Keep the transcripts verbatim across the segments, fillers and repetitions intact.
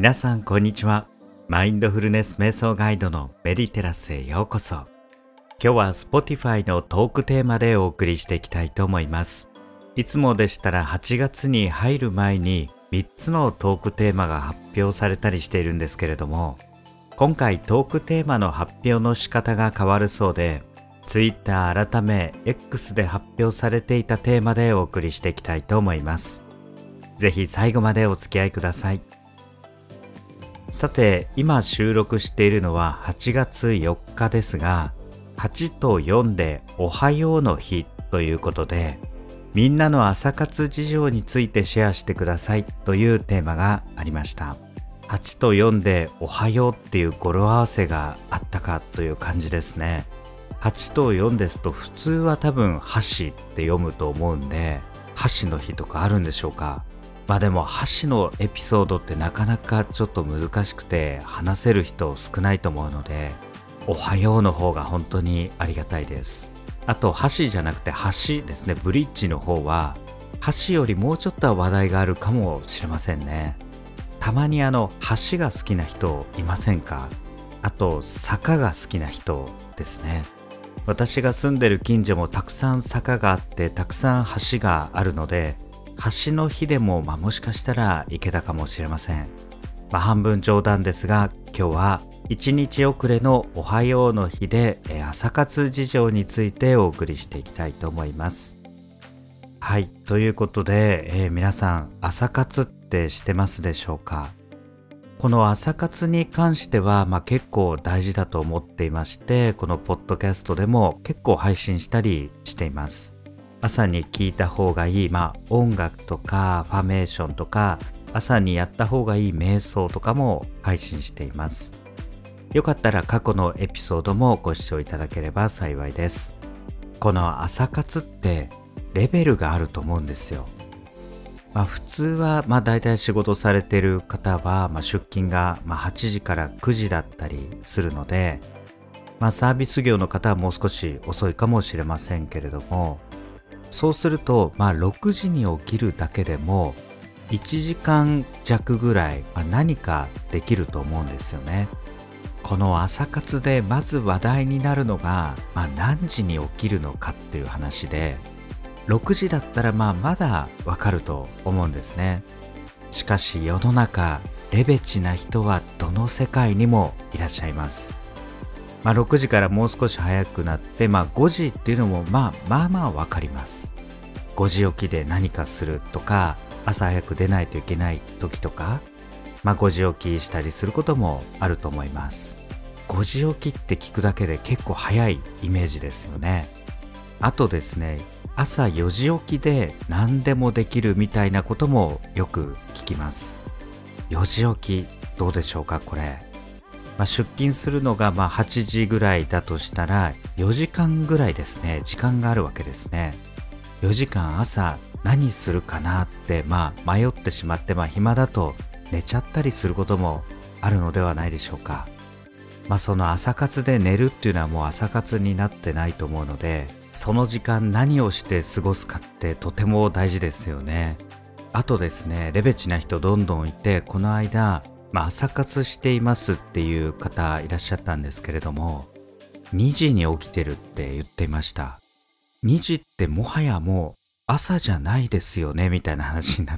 皆さんこんにちは。マインドフルネス瞑想ガイドのメディテラスへようこそ。今日は Spotify のトークテーマでお送りしていきたいと思います。いつもでしたらはちがつに入る前にみっつのトークテーマが発表されたりしているんですけれども、今回トークテーマの発表の仕方が変わるそうで、Twitter 改め X で発表されていたテーマでお送りしていきたいと思います。ぜひ最後までお付き合いください。さて、今収録しているのははちがつよっかですが、はちとよんでおはようの日ということで、みんなの朝活事情についてシェアしてくださいというテーマがありました。はちとよんでおはようっていう語呂合わせがあったかという感じですね。はちとよんですと普通は多分箸って読むと思うんで、箸の日とかあるんでしょうか。まあでも箸のエピソードってなかなかちょっと難しくて話せる人少ないと思うので、おはようの方が本当にありがたいです。あと箸じゃなくて橋ですね。ブリッジの方は橋よりもうちょっとは話題があるかもしれませんね。たまにあの橋が好きな人いませんか？あと坂が好きな人ですね。私が住んでる近所もたくさん坂があってたくさん橋があるので、橋の日でも、まあ、もしかしたら行けたかもしれません。まあ、半分冗談ですが、今日はいちにち遅れのおはようの日でえ朝活事情についてお送りしていきたいと思います。はい、ということで、えー、皆さん朝活ってしてますでしょうか？この朝活に関しては、まあ、結構大事だと思っていまして、このポッドキャストでも結構配信したりしています。朝に聞いた方がいい、まあ、音楽とかファメーションとか朝にやった方がいい瞑想とかも配信しています。よかったら過去のエピソードもご視聴いただければ幸いです。この朝活ってレベルがあると思うんですよ。まあ、普通はまあ大体仕事されている方は、まあ、出勤がまあはちじからくじだったりするので、まあ、サービス業の方はもう少し遅いかもしれませんけれども、そうすると、まあ、ろくじに起きるだけでもいちじかんじゃくぐらい、まあ、何かできると思うんですよね。この朝活でまず話題になるのが、まあ、何時に起きるのかっていう話で、ろくじだったらまあまだわかると思うんですね。しかし世の中レベチな人はどの世界にもいらっしゃいます。まあ、ろくじからもう少し早くなって、まあ、ごじっていうのもまあまあまあわかります。ごじ起きで何かするとか、朝早く出ないといけない時とか、まあ、ごじ起きしたりすることもあると思います。ごじ起きって聞くだけで結構早いイメージですよね。あとですね、朝よじ起きで何でもできるみたいなこともよく聞きます。よじ起きどうでしょうか？これまあ、出勤するのがまあはちじぐらいだとしたらよじかんぐらいですね、時間があるわけですね。よじかん朝何するかなってまあ迷ってしまって、まあ暇だと寝ちゃったりすることもあるのではないでしょうか。まあその朝活で寝るっていうのはもう朝活になってないと思うので、その時間何をして過ごすかってとても大事ですよね。あとですね、レベチな人どんどんいて、この間まあ、朝活していますっていう方いらっしゃったんですけれども、にじに起きてるって言っていました。にじってもはやもう朝じゃないですよねみたいな話になって、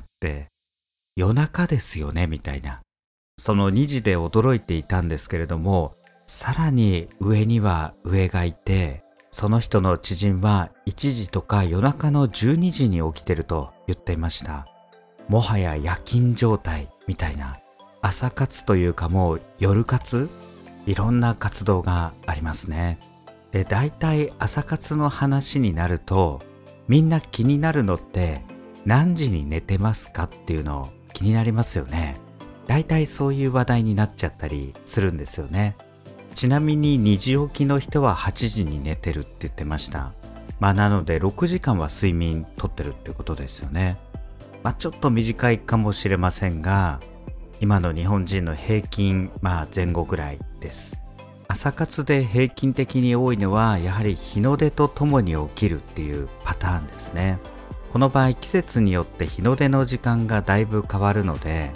夜中ですよねみたいな。そのにじで驚いていたんですけれども、さらに上には上がいて、その人の知人はいちじとか夜中のじゅうにじに起きてると言っていました。もはや夜勤状態みたいな。朝活というかもう夜活、いろんな活動がありますね。で、大体朝活の話になると、みんな気になるのって何時に寝てますかっていうの気になりますよね。大体そういう話題になっちゃったりするんですよね。ちなみににじ起きの人ははちじに寝てるって言ってました。まあなのでろくじかんは睡眠とってるってことですよね。まあちょっと短いかもしれませんが、今の日本人の平均、まあ前後ぐらいです。朝活で平均的に多いのはやはり日の出とともに起きるっていうパターンですね。この場合季節によって日の出の時間がだいぶ変わるので、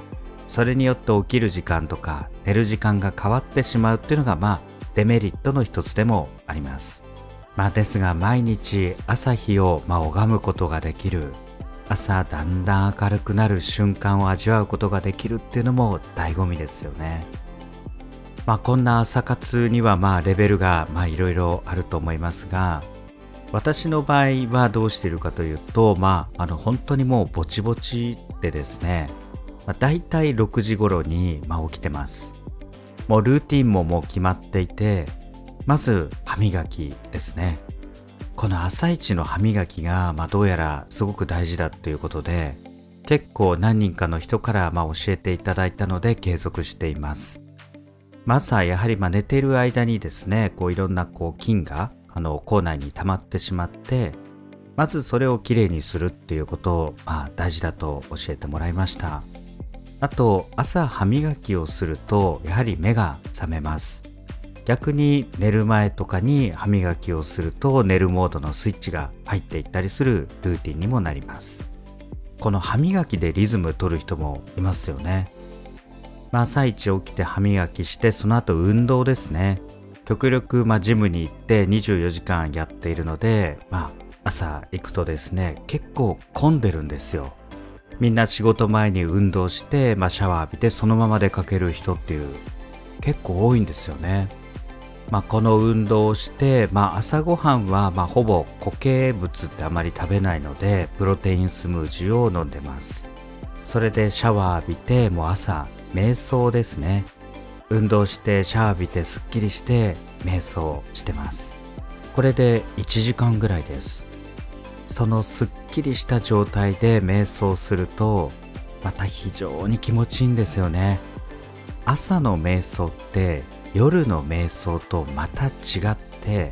それによって起きる時間とか寝る時間が変わってしまうっていうのがまあデメリットの一つでもあります。まあですが毎日朝日をまあ拝むことができる、朝だんだん明るくなる瞬間を味わうことができるっていうのも醍醐味ですよね。まあこんな朝活にはまあレベルがまあいろいろあると思いますが、私の場合はどうしているかというと、まああの本当にもうぼちぼちでですね、まあ、だいたいろくじ頃にまあ起きてます。もうルーティンももう決まっていて、まず歯磨きですね。この朝一の歯磨きがまあどうやらすごく大事だということで、結構何人かの人からまあ教えていただいたので継続しています。まあ、朝やはりまあ寝ている間にですね、こういろんなこう菌があの口内に溜まってしまって、まずそれをきれいにするっていうことをまあ大事だと教えてもらいました。あと朝歯磨きをするとやはり目が覚めます。逆に寝る前とかに歯磨きをすると寝るモードのスイッチが入っていったりするルーティンにもなります。この歯磨きでリズム取る人もいますよね。まあ、朝一起きて歯磨きしてその後運動ですね。極力まあジムに行ってにじゅうよじかんやっているので、まあ朝行くとですね結構混んでるんですよ。みんな仕事前に運動して、まあ、シャワー浴びてそのまま出かける人っていう結構多いんですよね。まあ、この運動をして、まあ、朝ごはんはまあほぼ固形物ってあまり食べないのでプロテインスムージーを飲んでます。それでシャワー浴びて、もう朝瞑想ですね。運動してシャワー浴びてすっきりして瞑想してます。これでいちじかんぐらいです。そのすっきりした状態で瞑想するとまた非常に気持ちいいんですよね。朝の瞑想って夜の瞑想とまた違って、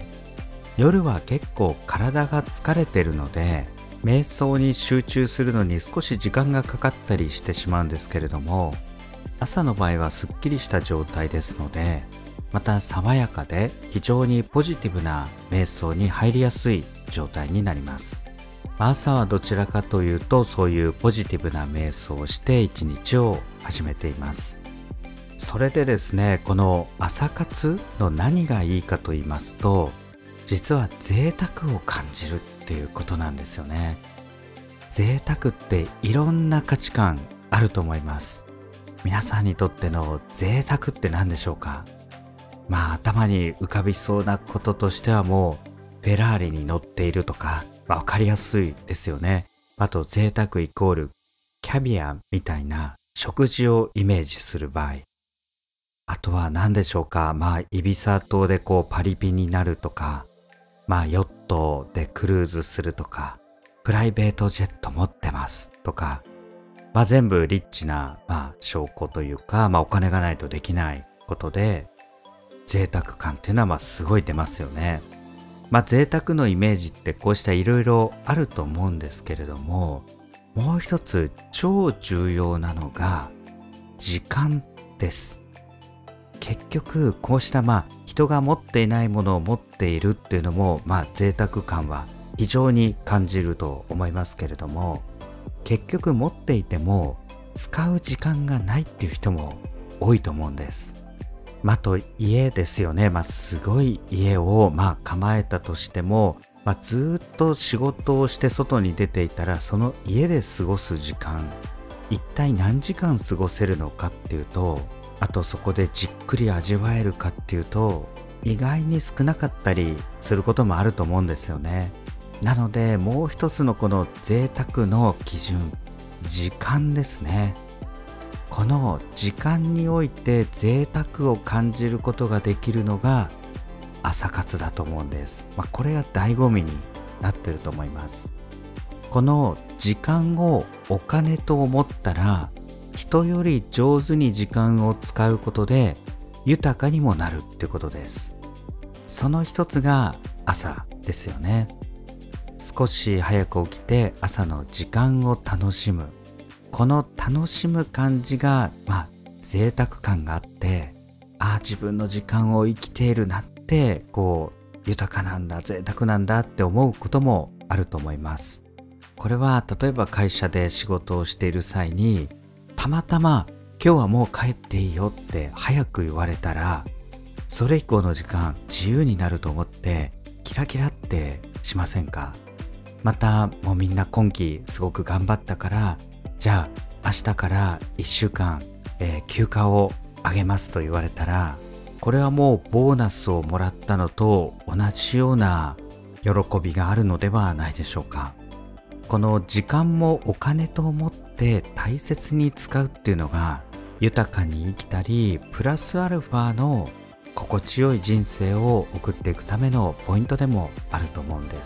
夜は結構体が疲れてるので瞑想に集中するのに少し時間がかかったりしてしまうんですけれども、朝の場合はすっきりした状態ですので、また爽やかで非常にポジティブな瞑想に入りやすい状態になります。朝はどちらかというとそういうポジティブな瞑想をして一日を始めています。それでですね、この朝活の何がいいかと言いますと、実は贅沢を感じるっていうことなんですよね。贅沢っていろんな価値観あると思います。皆さんにとっての贅沢って何でしょうか。まあ頭に浮かびそうなこととしてはもうフェラーリに乗っているとか、まあ、分かりやすいですよね。あと贅沢イコールキャビアみたいな食事をイメージする場合、あとは何でしょうか。まあイビサ島でこうパリピになるとか、まあヨットでクルーズするとか、プライベートジェット持ってますとか、まあ全部リッチな、まあ、証拠というか、まあお金がないとできないことで、贅沢感っていうのはまあすごい出ますよね。まあ贅沢のイメージってこうしたいろいろあると思うんですけれども、もう一つ超重要なのが時間です。結局こうしたまあ人が持っていないものを持っているっていうのもまあ贅沢感は非常に感じると思いますけれども、結局持っていても使う時間がないっていう人も多いと思うんです。まあと家ですよね。まあすごい家をまあ構えたとしても、まあ、ずっと仕事をして外に出ていたらその家で過ごす時間一体何時間過ごせるのかっていうと、あとそこでじっくり味わえるかっていうと意外に少なかったりすることもあると思うんですよね。なのでもう一つのこの贅沢の基準、時間ですね。この時間において贅沢を感じることができるのが朝活だと思うんです。まあ、これが醍醐味になってると思います。この時間をお金と思ったら、人より上手に時間を使うことで豊かにもなるってことです。その一つが朝ですよね。少し早く起きて朝の時間を楽しむ。この楽しむ感じが、まあ、贅沢感があって、ああ、自分の時間を生きているなって、こう、豊かなんだ、贅沢なんだって思うこともあると思います。これは、例えば会社で仕事をしている際に、たまたま今日はもう帰っていいよって早く言われたら、それ以降の時間自由になると思ってキラキラってしませんか？またもうみんな今期すごく頑張ったから、じゃあ明日からいっしゅうかん、えー休暇をあげますと言われたら、これはもうボーナスをもらったのと同じような喜びがあるのではないでしょうか。この時間もお金と思って大切に使うっていうのが、豊かに生きたりプラスアルファの心地よい人生を送っていくためのポイントでもあると思うんです。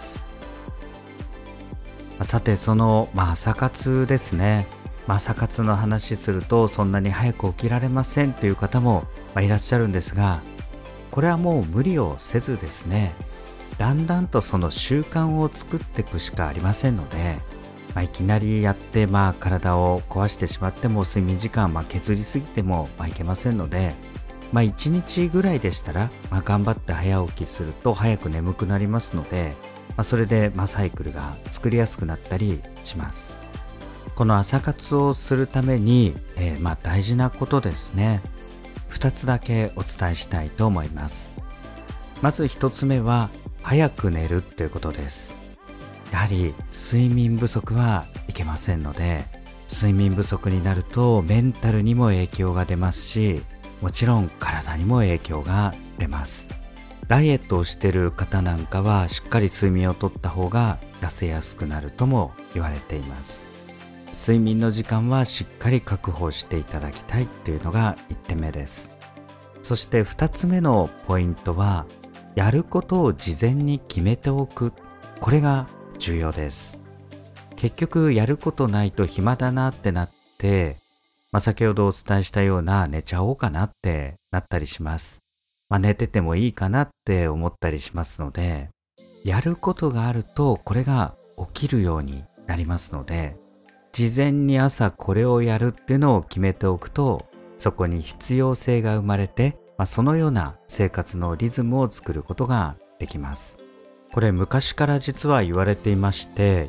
さて、その、まあ、朝活ですね。まあ朝活の話するとそんなに早く起きられませんという方も、まあ、いらっしゃるんですが、これはもう無理をせずですね、だんだんとその習慣を作っていくしかありませんので、まあ、いきなりやって、まあ、体を壊してしまっても睡眠時間、まあ、削りすぎても、まあ、いけませんので、まあ、いちにちぐらいでしたら、まあ、頑張って早起きすると早く眠くなりますので、まあ、それで、まあ、サイクルが作りやすくなったりします。この朝活をするために、えーまあ、大事なことですね。ふたつだけお伝えしたいと思います。まずひとつめは早く寝るということです。やはり睡眠不足はいけませんので、睡眠不足になるとメンタルにも影響が出ますし、もちろん体にも影響が出ます。ダイエットをしている方なんかはしっかり睡眠をとった方が痩せやすくなるとも言われています。睡眠の時間はしっかり確保していただきたいというのがいってんめです。そしてふたつめのポイントは、やることを事前に決めておく。これが重要です。結局やることないと暇だなってなって、まあ、先ほどお伝えしたような寝ちゃおうかなってなったりします。まあ、寝ててもいいかなって思ったりしますので、やることがあるとこれが起きるようになりますので、事前に朝これをやるっていうのを決めておくと、そこに必要性が生まれて、まあ、そのような生活のリズムを作ることができます。これ昔から実は言われていまして、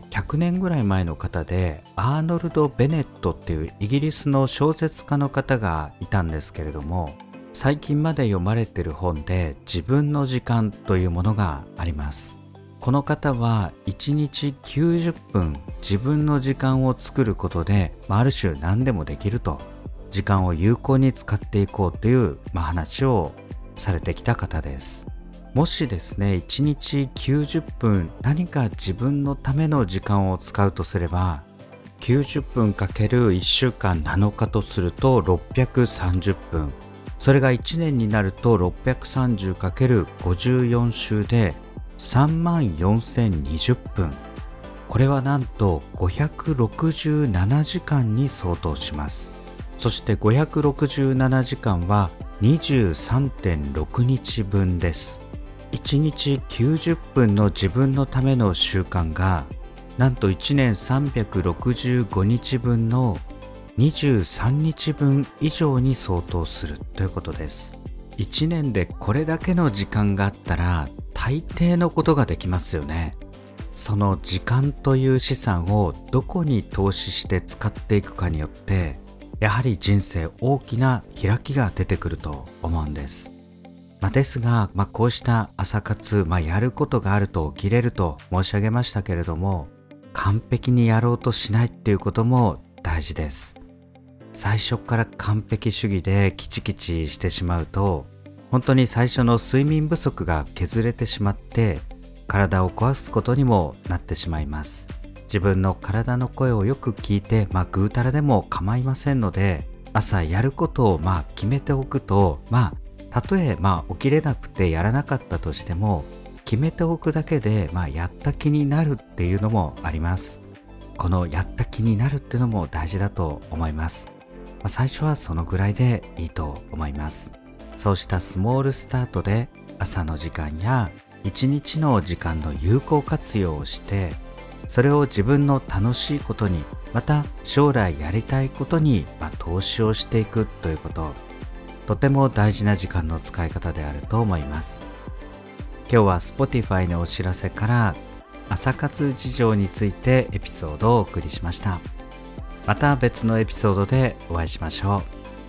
ひゃくねんぐらい前の方でアーノルド・ベネットっていうイギリスの小説家の方がいたんですけれども、最近まで読まれている本で自分の時間というものがあります。この方はいちにちきゅうじゅっぷん自分の時間を作ることで、まあ、ある種何でもできると、時間を有効に使っていこうという、まあ、話をされてきた方です。もしですね、いちにちきゅうじゅっぷん何か自分のための時間を使うとすれば、きゅうじゅっぷんかけるいっしゅうかんなのかとするとろっぴゃくさんじゅっぷん。それがいちねんになると ろっぴゃくさんじゅうかけるごじゅうよん 週でさんまんよんせんにじゅっぷん。これはなんとごひゃくろくじゅうななじかんに相当します。そしてごひゃくろくじゅうななじかんは にじゅうさんてんろくにちぶんです。いちにちきゅうじゅっぷんの自分のための習慣が、なんといちねんさんびゃくろくじゅうごにちぶんのにじゅうさんにちぶん以上に相当するということです。いちねんでこれだけの時間があったら大抵のことができますよね。その時間という資産をどこに投資して使っていくかによって、やはり人生大きな開きが出てくると思うんです。まあ、ですが、まあ、こうした朝活、まあ、やることがあると起きれると申し上げましたけれども、完璧にやろうとしないっていうことも大事です。最初から完璧主義でキチキチしてしまうと、本当に最初の睡眠不足が削れてしまって体を壊すことにもなってしまいます。自分の体の声をよく聞いて、まあぐうたらでも構いませんので、朝やることをまあ決めておくと、まあたとえまあ起きれなくてやらなかったとしても、決めておくだけでまあやった気になるっていうのもあります。このやった気になるっていうのも大事だと思います。まあ、最初はそのぐらいでいいと思います。そうしたスモールスタートで朝の時間や一日の時間の有効活用をして、それを自分の楽しいことに、また将来やりたいことに、まあ、投資をしていくということ、とても大事な時間の使い方であると思います。今日は Spotify のお知らせから朝活事情についてエピソードをお送りしました。また別のエピソードでお会いしましょう。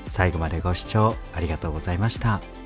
最後までご視聴ありがとうございました。